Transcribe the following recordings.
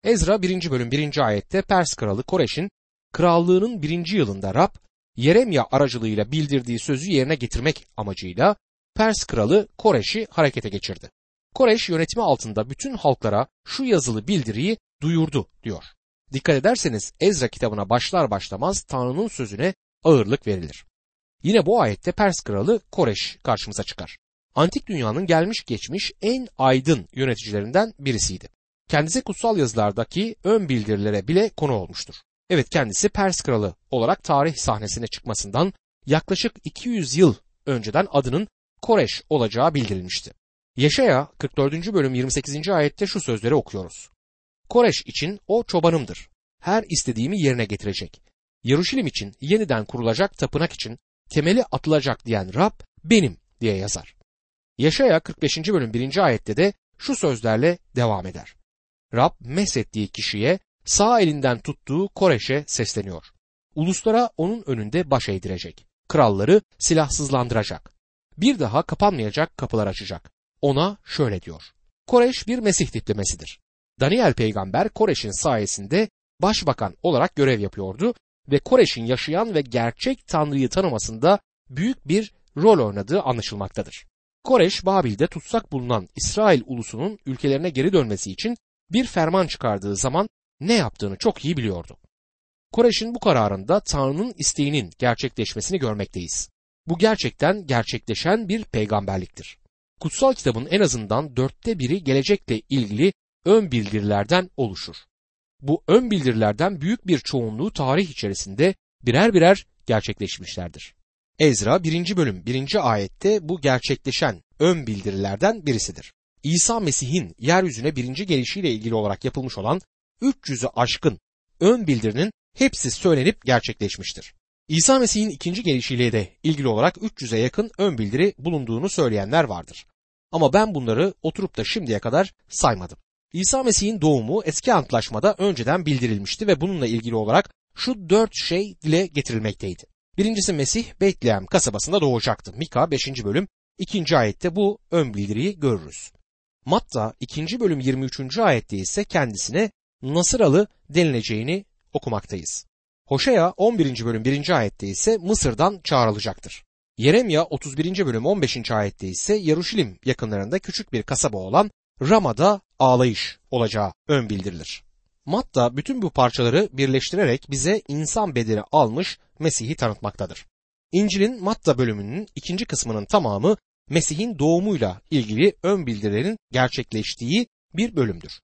Ezra 1. bölüm 1. ayette Pers kralı Koreş'in krallığının 1. yılında Rab, Yeremya aracılığıyla bildirdiği sözü yerine getirmek amacıyla Pers kralı Koreş'i harekete geçirdi. Koreş yönetimi altında bütün halklara şu yazılı bildiriyi duyurdu diyor. Dikkat ederseniz Ezra kitabına başlar başlamaz Tanrı'nın sözüne ağırlık verilir. Yine bu ayette Pers kralı Koreş karşımıza çıkar. Antik dünyanın gelmiş geçmiş en aydın yöneticilerinden birisiydi. Kendisi kutsal yazılardaki ön bildirilere bile konu olmuştur. Evet, kendisi Pers kralı olarak tarih sahnesine çıkmasından yaklaşık 200 yıl önceden adının Koreş olacağı bildirilmişti. Yeşaya 44. bölüm 28. ayette şu sözleri okuyoruz. Koreş için o çobanımdır. Her istediğimi yerine getirecek. Yeruşalim için yeniden kurulacak tapınak için temeli atılacak diyen Rab benim diye yazar. Yeşaya 45. bölüm 1. ayette de şu sözlerle devam eder. Rab meshettiği kişiye sağ elinden tuttuğu Koreş'e sesleniyor. Uluslara onun önünde baş eğdirecek. Kralları silahsızlandıracak. Bir daha kapanmayacak kapılar açacak. Ona şöyle diyor. Koreş bir Mesih tiplemesidir. Daniel peygamber Koreş'in sayesinde başbakan olarak görev yapıyordu ve Koreş'in yaşayan ve gerçek Tanrı'yı tanımasında büyük bir rol oynadığı anlaşılmaktadır. Koreş, Babil'de tutsak bulunan İsrail ulusunun ülkelerine geri dönmesi için bir ferman çıkardığı zaman ne yaptığını çok iyi biliyordu. Koreş'in bu kararında Tanrı'nın isteğinin gerçekleşmesini görmekteyiz. Bu gerçekten gerçekleşen bir peygamberliktir. Kutsal kitabın en azından 1/4 gelecekle ilgili ön bildirilerden oluşur. Bu ön bildirilerden büyük bir çoğunluğu tarih içerisinde birer birer gerçekleşmişlerdir. Ezra 1. bölüm 1. ayette bu gerçekleşen ön bildirilerden birisidir. İsa Mesih'in yeryüzüne 1. gelişiyle ilgili olarak yapılmış olan 300'ü aşkın ön bildirinin hepsi söylenip gerçekleşmiştir. İsa Mesih'in 2. gelişiyle de ilgili olarak 300'e yakın ön bildiri bulunduğunu söyleyenler vardır. Ama ben bunları oturup da şimdiye kadar saymadım. İsa Mesih'in doğumu eski antlaşmada önceden bildirilmişti ve bununla ilgili olarak şu 4 şey dile getirilmekteydi. Birincisi, Mesih Betlehem kasabasında doğacaktı. Mika 5. bölüm 2. ayette bu ön bildiriyi görürüz. Matta 2. bölüm 23. ayette ise kendisine Nasıralı denileceğini okumaktayız. Hoşea 11. bölüm 1. ayette ise Mısır'dan çağrılacaktır. Yeremya 31. bölüm 15. ayette ise Yeruşalim yakınlarında küçük bir kasaba olan Rama'da ağlayış olacağı ön bildirilir. Matta bütün bu parçaları birleştirerek bize insan bedeni almış Mesih'i tanıtmaktadır. İncil'in Matta bölümünün 2. kısmının tamamı Mesih'in doğumuyla ilgili ön bildirilerin gerçekleştiği bir bölümdür.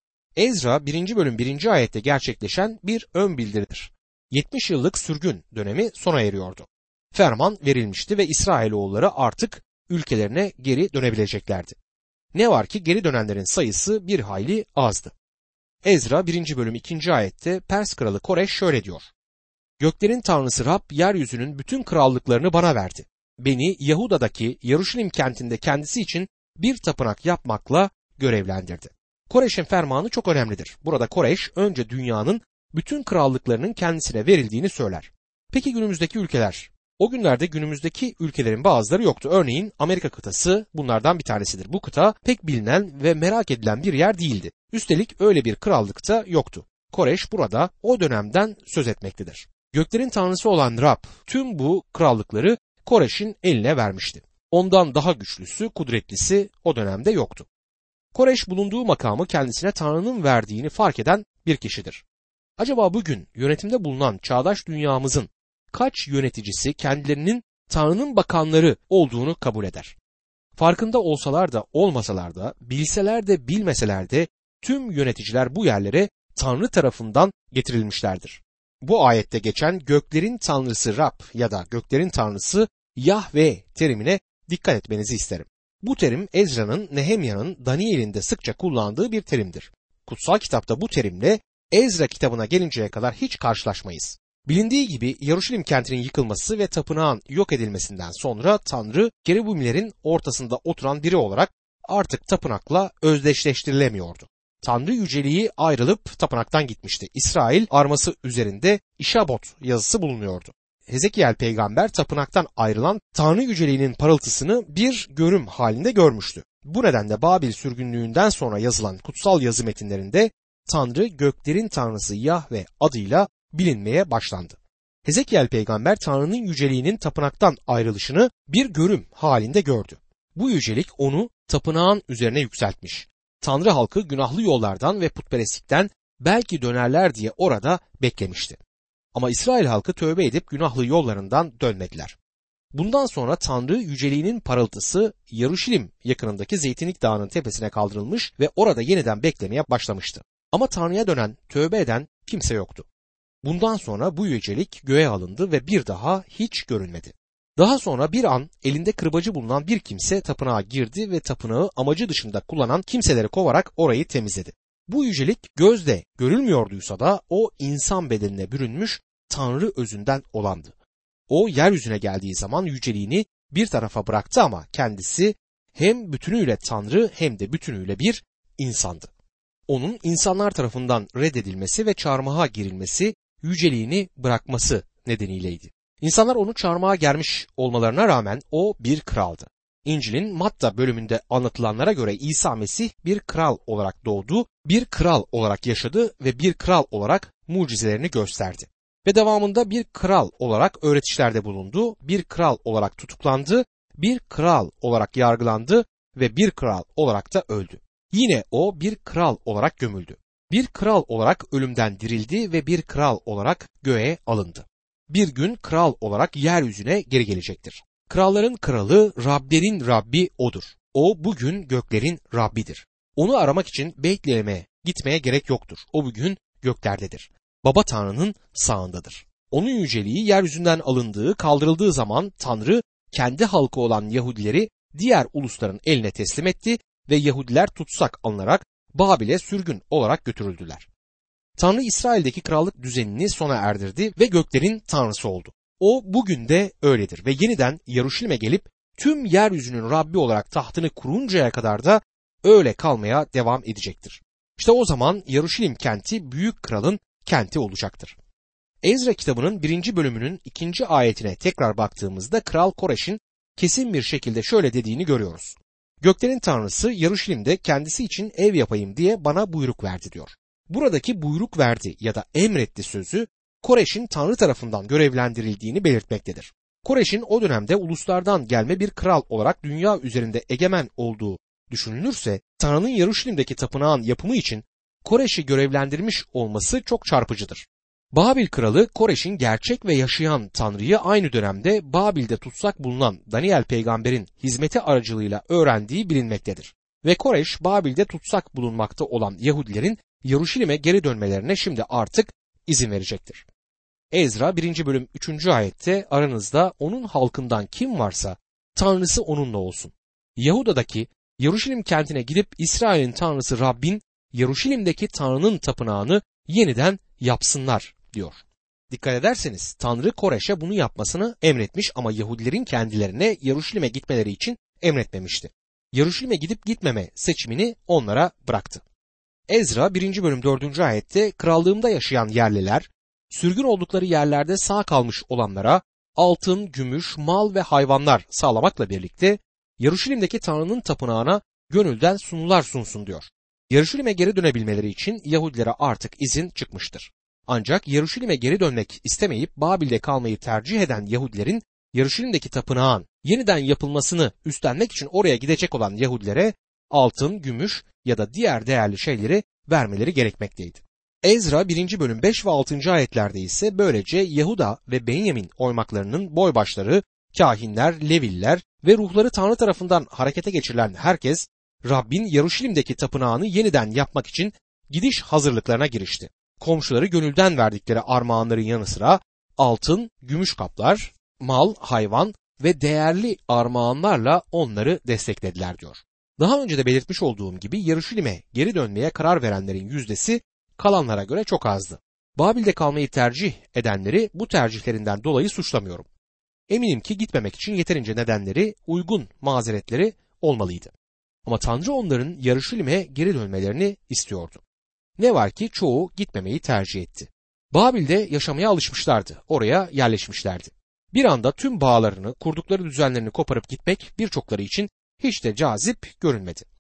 Ezra 1. bölüm 1. ayette gerçekleşen bir ön bildiridir. 70 yıllık sürgün dönemi sona eriyordu. Ferman verilmişti ve İsrailoğulları artık ülkelerine geri dönebileceklerdi. Ne var ki geri dönenlerin sayısı bir hayli azdı. Ezra 1. bölüm 2. ayette Pers kralı Koreş şöyle diyor. Göklerin tanrısı Rab yeryüzünün bütün krallıklarını bana verdi. Beni Yahuda'daki Yeruşalim kentinde kendisi için bir tapınak yapmakla görevlendirdi. Koreş'in fermanı çok önemlidir. Burada Koreş önce dünyanın bütün krallıklarının kendisine verildiğini söyler. Peki günümüzdeki ülkeler? O günlerde günümüzdeki ülkelerin bazıları yoktu. Örneğin Amerika kıtası bunlardan bir tanesidir. Bu kıta pek bilinen ve merak edilen bir yer değildi. Üstelik öyle bir krallık da yoktu. Koreş burada o dönemden söz etmektedir. Göklerin tanrısı olan Rab tüm bu krallıkları Koreş'in eline vermişti. Ondan daha güçlüsü, kudretlisi o dönemde yoktu. Koreş bulunduğu makamı kendisine Tanrı'nın verdiğini fark eden bir kişidir. Acaba bugün yönetimde bulunan çağdaş dünyamızın kaç yöneticisi kendilerinin Tanrı'nın bakanları olduğunu kabul eder? Farkında olsalar da olmasalar da, bilseler de bilmeseler de tüm yöneticiler bu yerlere Tanrı tarafından getirilmişlerdir. Bu ayette geçen göklerin tanrısı Rab ya da göklerin tanrısı Yahve terimine dikkat etmenizi isterim. Bu terim Ezra'nın, Nehemya'nın, Daniel'in de sıkça kullandığı bir terimdir. Kutsal kitapta bu terimle Ezra kitabına gelinceye kadar hiç karşılaşmayız. Bilindiği gibi Yeruşalim kentinin yıkılması ve tapınağın yok edilmesinden sonra Tanrı kerubimlerin ortasında oturan biri olarak artık tapınakla özdeşleştirilemiyordu. Tanrı yüceliği ayrılıp tapınaktan gitmişti. İsrail arması üzerinde İşabot yazısı bulunuyordu. Hezekiel peygamber tapınaktan ayrılan Tanrı yüceliğinin parıltısını bir görüm halinde görmüştü. Bu nedenle Babil sürgünlüğünden sonra yazılan kutsal yazı metinlerinde Tanrı göklerin Tanrısı Yahve adıyla bilinmeye başlandı. Hezekiel peygamber Tanrı'nın yüceliğinin tapınaktan ayrılışını bir görüm halinde gördü. Bu yücelik onu tapınağın üzerine yükseltmiş. Tanrı halkı günahlı yollardan ve putperestlikten belki dönerler diye orada beklemişti. Ama İsrail halkı tövbe edip günahlı yollarından dönmediler. Bundan sonra Tanrı yüceliğinin parıltısı Yaruşilim yakınındaki Zeytinlik Dağı'nın tepesine kaldırılmış ve orada yeniden beklemeye başlamıştı. Ama Tanrı'ya dönen, tövbe eden kimse yoktu. Bundan sonra bu yücelik göğe alındı ve bir daha hiç görünmedi. Daha sonra bir an elinde kırbacı bulunan bir kimse tapınağa girdi ve tapınağı amacı dışında kullanan kimseleri kovarak orayı temizledi. Bu yücelik gözle görülmüyorduysa da o insan bedenine bürünmüş Tanrı özünden olandı. O yeryüzüne geldiği zaman yüceliğini bir tarafa bıraktı ama kendisi hem bütünüyle Tanrı hem de bütünüyle bir insandı. Onun insanlar tarafından reddedilmesi ve çarmıha girilmesi yüceliğini bırakması nedeniyleydi. İnsanlar onu çarmıha germiş olmalarına rağmen o bir kraldı. İncil'in Matta bölümünde anlatılanlara göre İsa Mesih bir kral olarak doğdu, bir kral olarak yaşadı ve bir kral olarak mucizelerini gösterdi. Ve devamında bir kral olarak öğretişlerde bulundu, bir kral olarak tutuklandı, bir kral olarak yargılandı ve bir kral olarak da öldü. Yine o bir kral olarak gömüldü. Bir kral olarak ölümden dirildi ve bir kral olarak göğe alındı. Bir gün kral olarak yeryüzüne geri gelecektir. Kralların kralı, Rablerin Rabbi odur. O bugün göklerin Rabbidir. Onu aramak için Beytlehem'e gitmeye gerek yoktur. O bugün göklerdedir. Baba Tanrı'nın sağındadır. Onun yüceliği yeryüzünden alındığı, kaldırıldığı zaman Tanrı kendi halkı olan Yahudileri diğer ulusların eline teslim etti ve Yahudiler tutsak alınarak Babil'e sürgün olarak götürüldüler. Tanrı İsrail'deki krallık düzenini sona erdirdi ve göklerin Tanrısı oldu. O bugün de öyledir ve yeniden Yaruşilim'e gelip tüm yeryüzünün Rabbi olarak tahtını kuruncaya kadar da öyle kalmaya devam edecektir. İşte o zaman Yaruşilim kenti büyük kralın kenti olacaktır. Ezra kitabının 1. bölümünün 2. ayetine tekrar baktığımızda Kral Koreş'in kesin bir şekilde şöyle dediğini görüyoruz. Göklerin Tanrısı Yaruşilim'de kendisi için ev yapayım diye bana buyruk verdi diyor. Buradaki buyruk verdi ya da emretti sözü Koreş'in Tanrı tarafından görevlendirildiğini belirtmektedir. Koreş'in o dönemde uluslardan gelme bir kral olarak dünya üzerinde egemen olduğu düşünülürse Tanrı'nın Yaruşilim'deki tapınağın yapımı için Koreş'i görevlendirmiş olması çok çarpıcıdır. Babil kralı Koreş'in gerçek ve yaşayan Tanrı'yı aynı dönemde Babil'de tutsak bulunan Daniel peygamberin hizmeti aracılığıyla öğrendiği bilinmektedir. Ve Koreş Babil'de tutsak bulunmakta olan Yahudilerin Yaruşilim'e geri dönmelerine şimdi artık izin verecektir. Ezra 1. bölüm 3. ayette aranızda onun halkından kim varsa Tanrısı onunla olsun. Yahuda'daki Yaruşilim kentine gidip İsrail'in Tanrısı Rabbin Yaruşilim'deki Tanrı'nın tapınağını yeniden yapsınlar diyor. Dikkat ederseniz Tanrı Koreş'e bunu yapmasını emretmiş ama Yahudilerin kendilerine Yaruşilim'e gitmeleri için emretmemişti. Yaruşilim'e gidip gitmeme seçimini onlara bıraktı. Ezra 1. bölüm 4. ayette krallığımda yaşayan yerliler, sürgün oldukları yerlerde sağ kalmış olanlara altın, gümüş, mal ve hayvanlar sağlamakla birlikte Yaruşilim'deki Tanrı'nın tapınağına gönülden sunular sunsun diyor. Yaruşilim'e geri dönebilmeleri için Yahudilere artık izin çıkmıştır. Ancak Yaruşilim'e geri dönmek istemeyip Babil'de kalmayı tercih eden Yahudilerin Yaruşilim'deki tapınağın yeniden yapılmasını üstlenmek için oraya gidecek olan Yahudilere altın, gümüş ya da diğer değerli şeyleri vermeleri gerekmekteydi. Ezra 1. bölüm 5 ve 6. ayetlerde ise böylece Yahuda ve Benyamin oymaklarının boybaşları, kahinler, Leviller ve ruhları Tanrı tarafından harekete geçirilen herkes Rabbin Yaruşilim'deki tapınağını yeniden yapmak için gidiş hazırlıklarına girişti. Komşuları gönülden verdikleri armağanların yanı sıra altın, gümüş kaplar, mal, hayvan ve değerli armağanlarla onları desteklediler diyor. Daha önce de belirtmiş olduğum gibi Yaruşilim'e geri dönmeye karar verenlerin yüzdesi kalanlara göre çok azdı. Babil'de kalmayı tercih edenleri bu tercihlerinden dolayı suçlamıyorum. Eminim ki gitmemek için yeterince nedenleri, uygun mazeretleri olmalıydı. Ama Tanrı onların Yaruşilim'e geri dönmelerini istiyordu. Ne var ki çoğu gitmemeyi tercih etti. Babil'de yaşamaya alışmışlardı, oraya yerleşmişlerdi. Bir anda tüm bağlarını, kurdukları düzenlerini koparıp gitmek birçokları için hiç de cazip görünmedi.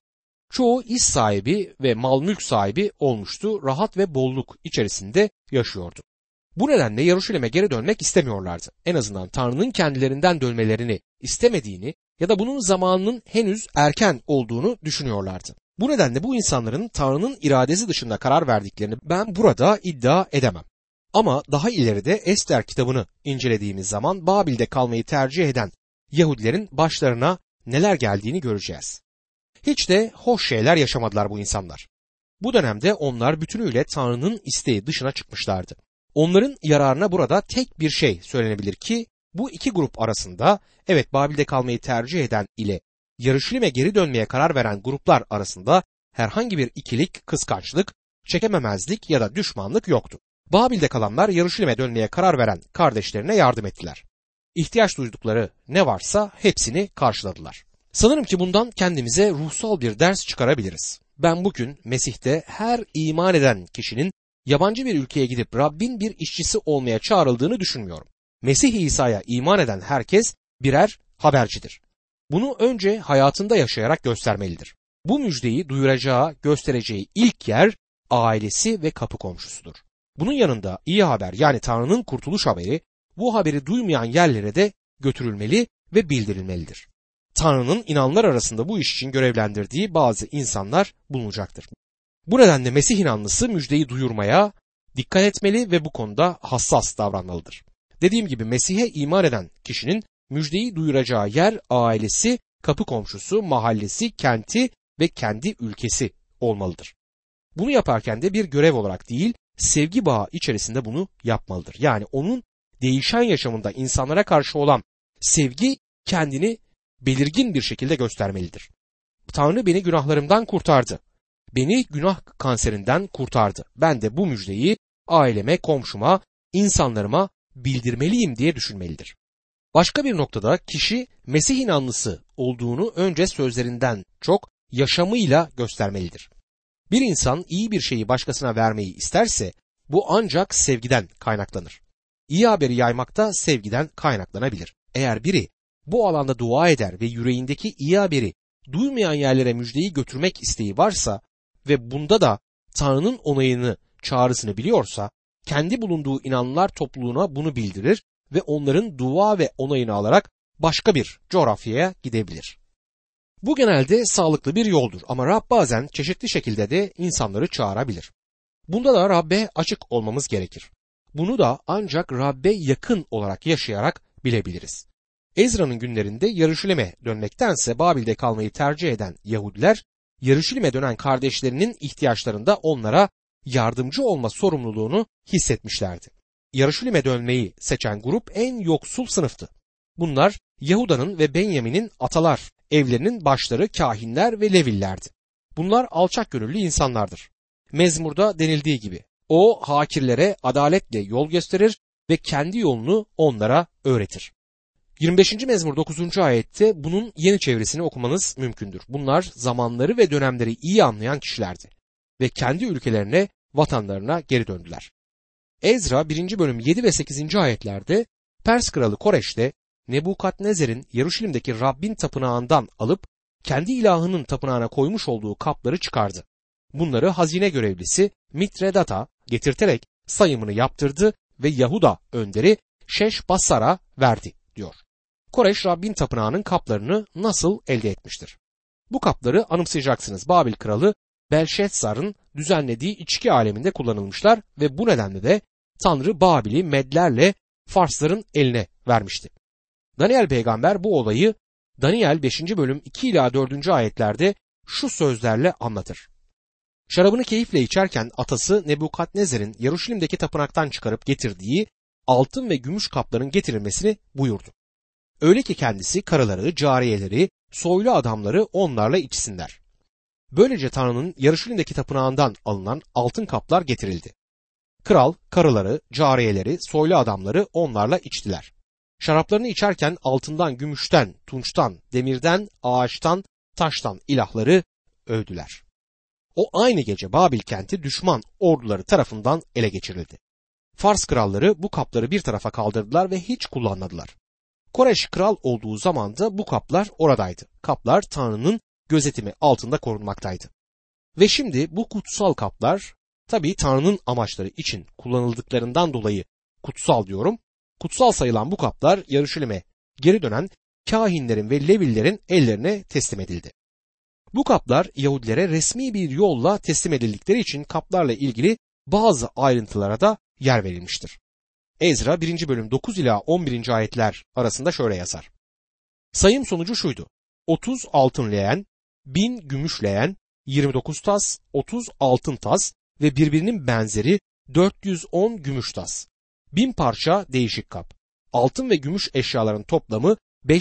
Çoğu iş sahibi ve mal mülk sahibi olmuştu, rahat ve bolluk içerisinde yaşıyordu. Bu nedenle Yaruşilim'e geri dönmek istemiyorlardı. En azından Tanrı'nın kendilerinden dönmelerini istemediğini ya da bunun zamanının henüz erken olduğunu düşünüyorlardı. Bu nedenle bu insanların Tanrı'nın iradesi dışında karar verdiklerini ben burada iddia edemem. Ama daha ileride Ester kitabını incelediğimiz zaman Babil'de kalmayı tercih eden Yahudilerin başlarına neler geldiğini göreceğiz. Hiç de hoş şeyler yaşamadılar bu insanlar. Bu dönemde onlar bütünüyle Tanrı'nın isteği dışına çıkmışlardı. Onların yararına burada tek bir şey söylenebilir ki bu iki grup arasında, evet, Babil'de kalmayı tercih eden ile Yaruşilim'e geri dönmeye karar veren gruplar arasında herhangi bir ikilik, kıskançlık, çekememezlik ya da düşmanlık yoktu. Babil'de kalanlar Yaruşilim'e dönmeye karar veren kardeşlerine yardım ettiler. İhtiyaç duydukları ne varsa hepsini karşıladılar. Sanırım ki bundan kendimize ruhsal bir ders çıkarabiliriz. Ben bugün Mesih'te her iman eden kişinin yabancı bir ülkeye gidip Rabbin bir işçisi olmaya çağrıldığını düşünmüyorum. Mesih İsa'ya iman eden herkes birer habercidir. Bunu önce hayatında yaşayarak göstermelidir. Bu müjdeyi duyuracağı, göstereceği ilk yer ailesi ve kapı komşusudur. Bunun yanında iyi haber, yani Tanrı'nın kurtuluş haberi, bu haberi duymayan yerlere de götürülmeli ve bildirilmelidir. Tanrı'nın inanlar arasında bu iş için görevlendirdiği bazı insanlar bulunacaktır. Bu nedenle Mesih inanlısı müjdeyi duyurmaya dikkat etmeli ve bu konuda hassas davranmalıdır. Dediğim gibi Mesih'e iman eden kişinin müjdeyi duyuracağı yer ailesi, kapı komşusu, mahallesi, kenti ve kendi ülkesi olmalıdır. Bunu yaparken de bir görev olarak değil, sevgi bağı içerisinde bunu yapmalıdır. Yani onun değişen yaşamında insanlara karşı olan sevgi kendini belirgin bir şekilde göstermelidir. Tanrı beni günahlarımdan kurtardı. Beni günah kanserinden kurtardı. Ben de bu müjdeyi aileme, komşuma, insanlarıma bildirmeliyim diye düşünmelidir. Başka bir noktada kişi Mesih inanlısı olduğunu önce sözlerinden çok yaşamıyla göstermelidir. Bir insan iyi bir şeyi başkasına vermeyi isterse bu ancak sevgiden kaynaklanır. İyi haberi yaymak da sevgiden kaynaklanabilir. Eğer biri bu alanda dua eder ve yüreğindeki iyi haberi duymayan yerlere müjdeyi götürmek isteği varsa ve bunda da Tanrı'nın onayını, çağrısını biliyorsa, kendi bulunduğu inanlılar topluluğuna bunu bildirir ve onların dua ve onayını alarak başka bir coğrafyaya gidebilir. Bu genelde sağlıklı bir yoldur ama Rab bazen çeşitli şekilde de insanları çağırabilir. Bunda da Rab'be açık olmamız gerekir. Bunu da ancak Rab'be yakın olarak yaşayarak bilebiliriz. Ezra'nın günlerinde Yaruşilim'e dönmektense Babil'de kalmayı tercih eden Yahudiler, Yaruşilim'e dönen kardeşlerinin ihtiyaçlarında onlara yardımcı olma sorumluluğunu hissetmişlerdi. Yaruşilim'e dönmeyi seçen grup en yoksul sınıftı. Bunlar Yahuda'nın ve Benyamin'in atalar, evlerinin başları kâhinler ve Levillerdi. Bunlar alçak gönüllü insanlardır. Mezmurda denildiği gibi, o hakirlere adaletle yol gösterir ve kendi yolunu onlara öğretir. 25. mezmur 9. ayette bunun yeni çevirisini okumanız mümkündür. Bunlar zamanları ve dönemleri iyi anlayan kişilerdi ve kendi ülkelerine, vatanlarına geri döndüler. Ezra 1. bölüm 7 ve 8. ayetlerde Pers kralı Koreş'te Nebukadnezer'in Yaruşilim'deki Rabbin tapınağından alıp kendi ilahının tapınağına koymuş olduğu kapları çıkardı. Bunları hazine görevlisi Mitredat'a getirterek sayımını yaptırdı ve Yahuda önderi Şeşbassar'a verdi diyor. Koreş Rabbin tapınağının kaplarını nasıl elde etmiştir? Bu kapları anımsayacaksınız. Babil kralı Belşezzar'ın düzenlediği içki aleminde kullanılmışlar ve bu nedenle de Tanrı Babil'i Medlerle Farsların eline vermişti. Daniel peygamber bu olayı Daniel 5. bölüm 2 ila 4. ayetlerde şu sözlerle anlatır. Şarabını keyifle içerken atası Nebukadnezer'in Yaruşilim'deki tapınaktan çıkarıp getirdiği altın ve gümüş kapların getirilmesini buyurdu. Öyle ki kendisi karıları, cariyeleri, soylu adamları onlarla içsinler. Böylece Tanrı'nın Yaruşilim'deki tapınağından alınan altın kaplar getirildi. Kral, karıları, cariyeleri, soylu adamları onlarla içtiler. Şaraplarını içerken altından, gümüşten, tunçtan, demirden, ağaçtan, taştan ilahları övdüler. O aynı gece Babil kenti düşman orduları tarafından ele geçirildi. Fars kralları bu kapları bir tarafa kaldırdılar ve hiç kullanmadılar. Koreş kral olduğu zaman da bu kaplar oradaydı. Kaplar Tanrı'nın gözetimi altında korunmaktaydı. Ve şimdi bu kutsal kaplar tabii Tanrı'nın amaçları için kullanıldıklarından dolayı kutsal diyorum. Kutsal sayılan bu kaplar Yaruşilim'e geri dönen kâhinlerin ve Levillerin ellerine teslim edildi. Bu kaplar Yahudilere resmi bir yolla teslim edildikleri için kaplarla ilgili bazı ayrıntılara da yer verilmiştir. Ezra 1. bölüm 9 ila 11. ayetler arasında şöyle yazar. Sayım sonucu şuydu: 30 altın leğen, 1000 gümüş leğen, 29 tas, 30 altın tas ve birbirinin benzeri 410 gümüş tas. 1000 parça değişik kap. Altın ve gümüş eşyaların toplamı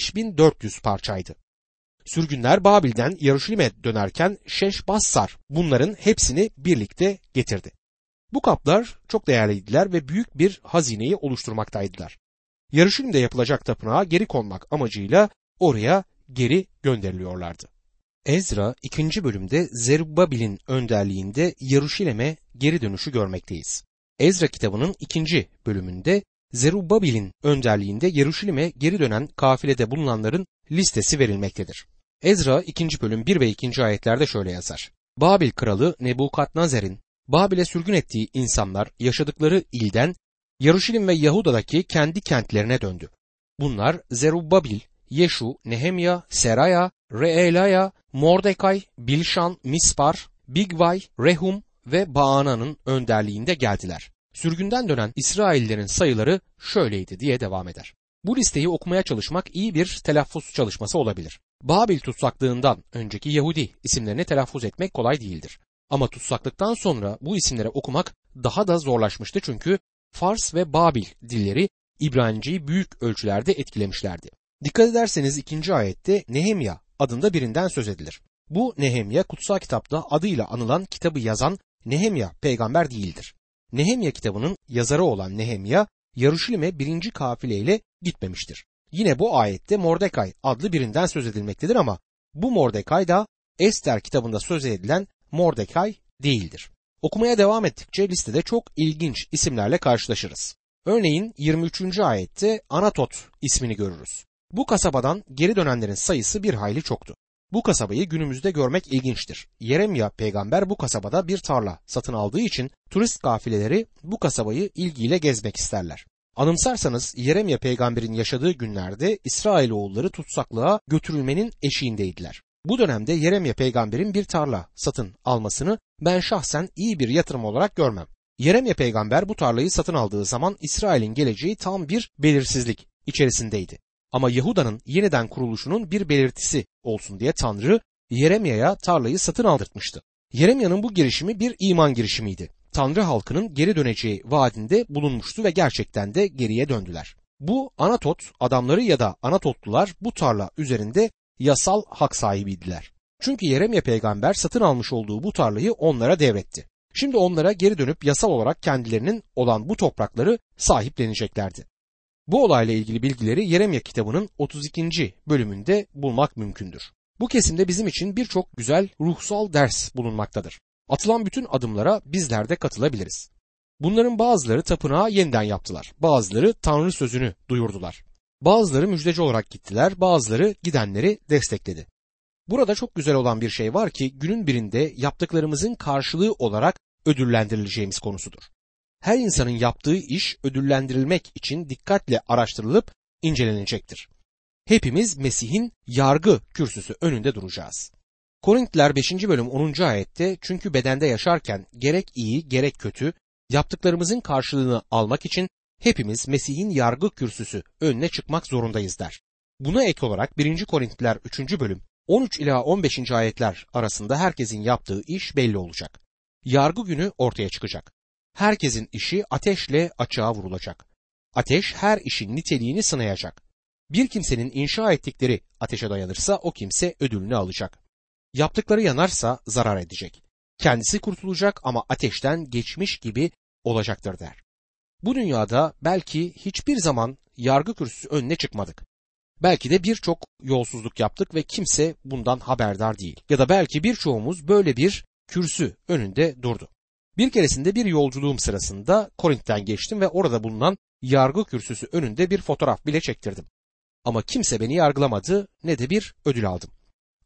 5400 parçaydı. Sürgünler Babil'den Yaruşilim'e dönerken Şeşbassar bunların hepsini birlikte getirdi. Bu kaplar çok değerliydiler ve büyük bir hazineyi oluşturmaktaydılar. Yaruşilim'de yapılacak tapınağa geri konmak amacıyla oraya geri gönderiliyorlardı. Ezra 2. bölümde Zerubbabil'in önderliğinde Yaruşilim'e geri dönüşü görmekteyiz. Ezra kitabının 2. bölümünde Zerubbabil'in önderliğinde Yaruşilim'e geri dönen kafilede bulunanların listesi verilmektedir. Ezra 2. bölüm 1 ve 2. ayetlerde şöyle yazar. Babil kralı Nebukadnezar'ın Babil'e sürgün ettiği insanlar yaşadıkları ilden Yaruşilim ve Yahuda'daki kendi kentlerine döndü. Bunlar Zerubbabil, Yeşu, Nehemya, Seraya, Reelaya, Mordekay, Bilşan, Mispar, Bigvay, Rehum ve Baana'nın önderliğinde geldiler. Sürgünden dönen İsraillerin sayıları şöyleydi diye devam eder. Bu listeyi okumaya çalışmak iyi bir telaffuz çalışması olabilir. Babil tutsaklığından önceki Yahudi isimlerini telaffuz etmek kolay değildir. Ama tutsaklıktan sonra bu isimleri okumak daha da zorlaşmıştı çünkü Fars ve Babil dilleri İbranice'yi büyük ölçülerde etkilemişlerdi. Dikkat ederseniz 2. ayette Nehemya adında birinden söz edilir. Bu Nehemya kutsal kitapta adıyla anılan kitabı yazan Nehemya peygamber değildir. Nehemya kitabının yazarı olan Nehemya Yaruşilim'e 1. kafileyle gitmemiştir. Yine bu ayette Mordekay adlı birinden söz edilmektedir ama bu Mordekay da Ester kitabında söz edilen Mordekay değildir. Okumaya devam ettikçe listede çok ilginç isimlerle karşılaşırız. Örneğin 23. ayette Anatot ismini görürüz. Bu kasabadan geri dönenlerin sayısı bir hayli çoktu. Bu kasabayı günümüzde görmek ilginçtir. Yeremya peygamber bu kasabada bir tarla satın aldığı için turist kafileleri bu kasabayı ilgiyle gezmek isterler. Anımsarsanız Yeremya peygamberin yaşadığı günlerde İsrailoğulları tutsaklığa götürülmenin eşiğindeydiler. Bu dönemde Yeremya peygamberin bir tarla satın almasını ben şahsen iyi bir yatırım olarak görmem. Yeremya peygamber bu tarlayı satın aldığı zaman İsrail'in geleceği tam bir belirsizlik içerisindeydi. Ama Yahuda'nın yeniden kuruluşunun bir belirtisi olsun diye Tanrı Yeremya'ya tarlayı satın aldırtmıştı. Yeremya'nın bu girişimi bir iman girişimiydi. Tanrı halkının geri döneceği vaadinde bulunmuştu ve gerçekten de geriye döndüler. Bu Anatot adamları ya da Anatotlular bu tarla üzerinde yasal hak sahibiydiler. Çünkü Yeremya peygamber satın almış olduğu bu tarlayı onlara devretti. Şimdi onlara geri dönüp yasal olarak kendilerinin olan bu toprakları sahipleneceklerdi. Bu olayla ilgili bilgileri Yeremya kitabının 32. bölümünde bulmak mümkündür. Bu kesimde bizim için birçok güzel ruhsal ders bulunmaktadır. Atılan bütün adımlara bizler de katılabiliriz. Bunların bazıları tapınağı yeniden yaptılar. Bazıları Tanrı sözünü duyurdular. Bazıları müjdeci olarak gittiler, bazıları gidenleri destekledi. Burada çok güzel olan bir şey var ki günün birinde yaptıklarımızın karşılığı olarak ödüllendirileceğimiz konusudur. Her insanın yaptığı iş ödüllendirilmek için dikkatle araştırılıp incelenecektir. Hepimiz Mesih'in yargı kürsüsü önünde duracağız. Korintliler 5. bölüm 10. ayette çünkü bedende yaşarken gerek iyi gerek kötü yaptıklarımızın karşılığını almak için hepimiz Mesih'in yargı kürsüsü önüne çıkmak zorundayız der. Buna ek olarak 1. Korintliler 3. bölüm 13 ila 15. ayetler arasında herkesin yaptığı iş belli olacak. Yargı günü ortaya çıkacak. Herkesin işi ateşle açığa vurulacak. Ateş her işin niteliğini sınayacak. Bir kimsenin inşa ettikleri ateşe dayanırsa o kimse ödülünü alacak. Yaptıkları yanarsa zarar edecek. Kendisi kurtulacak ama ateşten geçmiş gibi olacaktır der. Bu dünyada belki hiçbir zaman yargı kürsüsü önüne çıkmadık. Belki de birçok yolsuzluk yaptık ve kimse bundan haberdar değil. Ya da belki birçoğumuz böyle bir kürsü önünde durdu. Bir keresinde bir yolculuğum sırasında Korint'ten geçtim ve orada bulunan yargı kürsüsü önünde bir fotoğraf bile çektirdim. Ama kimse beni yargılamadı ne de bir ödül aldım.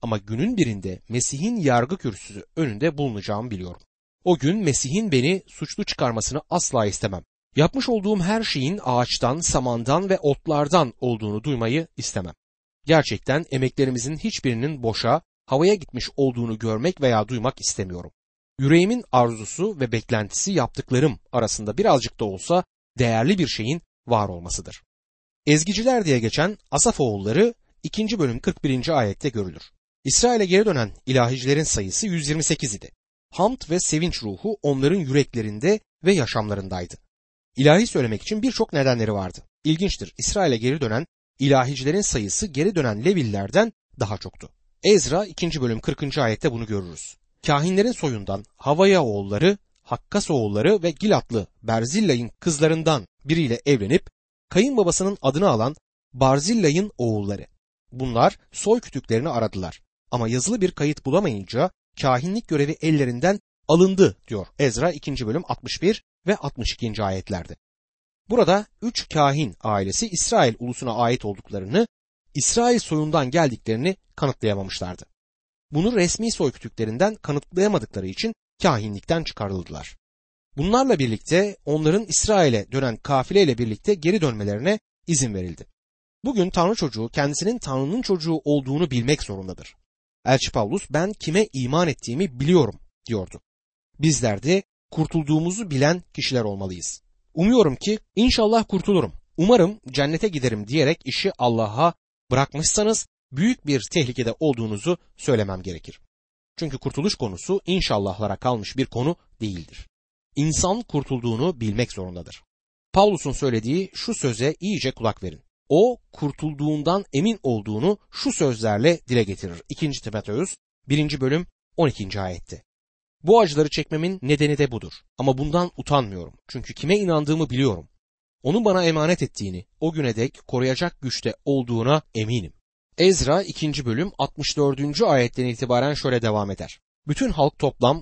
ama günün birinde Mesih'in yargı kürsüsü önünde bulunacağımı biliyorum. O gün Mesih'in beni suçlu çıkarmasını asla istemem. Yapmış olduğum her şeyin ağaçtan, samandan ve otlardan olduğunu duymayı istemem. Gerçekten emeklerimizin hiçbirinin boşa, havaya gitmiş olduğunu görmek veya duymak istemiyorum. Yüreğimin arzusu ve beklentisi yaptıklarım arasında birazcık da olsa değerli bir şeyin var olmasıdır. Ezgiciler diye geçen Asaf oğulları 2. bölüm 41. ayette görülür. İsrail'e geri dönen ilahicilerin sayısı 128 idi. Hamd ve sevinç ruhu onların yüreklerinde ve yaşamlarındaydı. İlahi söylemek için birçok nedenleri vardı. İlginçtir, İsrail'e geri dönen ilahicilerin sayısı geri dönen Levililerden daha çoktu. Ezra 2. bölüm 40. ayette bunu görürüz. Kahinlerin soyundan Havaya oğulları, Hakkas oğulları ve Gilatlı Berzillay'ın kızlarından biriyle evlenip kayınbabasının adını alan Barzillay'ın oğulları. Bunlar soy kütüklerini aradılar ama yazılı bir kayıt bulamayınca kahinlik görevi ellerinden alındı diyor Ezra 2. bölüm 61 ve 62. ayetlerde. Burada 3 kahin ailesi İsrail ulusuna ait olduklarını, İsrail soyundan geldiklerini kanıtlayamamışlardı. Bunu resmi soy kütüklerinden kanıtlayamadıkları için kahinlikten çıkarıldılar. Bunlarla birlikte onların İsrail'e dönen kafileyle birlikte geri dönmelerine izin verildi. Bugün Tanrı çocuğu kendisinin Tanrı'nın çocuğu olduğunu bilmek zorundadır. Elçi Pavlus ben kime iman ettiğimi biliyorum diyordu. Bizler de kurtulduğumuzu bilen kişiler olmalıyız. Umuyorum ki inşallah kurtulurum, umarım cennete giderim diyerek işi Allah'a bırakmışsanız büyük bir tehlikede olduğunuzu söylemem gerekir. Çünkü kurtuluş konusu inşallahlara kalmış bir konu değildir. İnsan kurtulduğunu bilmek zorundadır. Pavlus'un söylediği şu söze iyice kulak verin. O kurtulduğundan emin olduğunu şu sözlerle dile getirir. 2. Timoteus 1. bölüm 12. ayette. Bu acıları çekmemin nedeni de budur. Ama bundan utanmıyorum. Çünkü kime inandığımı biliyorum. Onun bana emanet ettiğini o güne dek koruyacak güçte olduğuna eminim. Ezra 2. bölüm 64. ayetten itibaren şöyle devam eder. Bütün halk toplam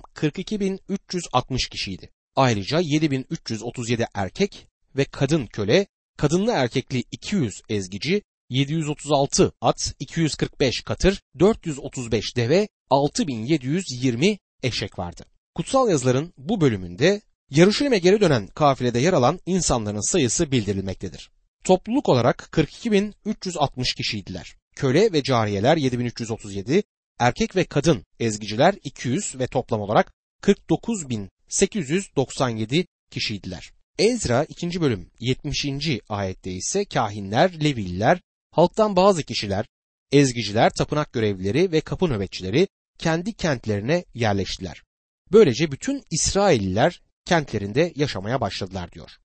42.360 kişiydi. Ayrıca 7.337 erkek ve kadın köle, kadınlı erkekli 200 ezgici, 736 at, 245 katır, 435 deve, 6.720 eşek vardı. Kutsal yazıların bu bölümünde Yaruşilim'e geri dönen kafilede yer alan insanların sayısı bildirilmektedir. Topluluk olarak 42.360 kişiydiler. Köle ve cariyeler 7.337, erkek ve kadın ezgiciler 200 ve toplam olarak 49.897 kişiydiler. Ezra 2. bölüm 70. ayette ise kahinler, Levililer, halktan bazı kişiler, ezgiciler, tapınak görevlileri ve kapı nöbetçileri kendi kentlerine yerleştiler. Böylece bütün İsrailliler kentlerinde yaşamaya başladılar diyor.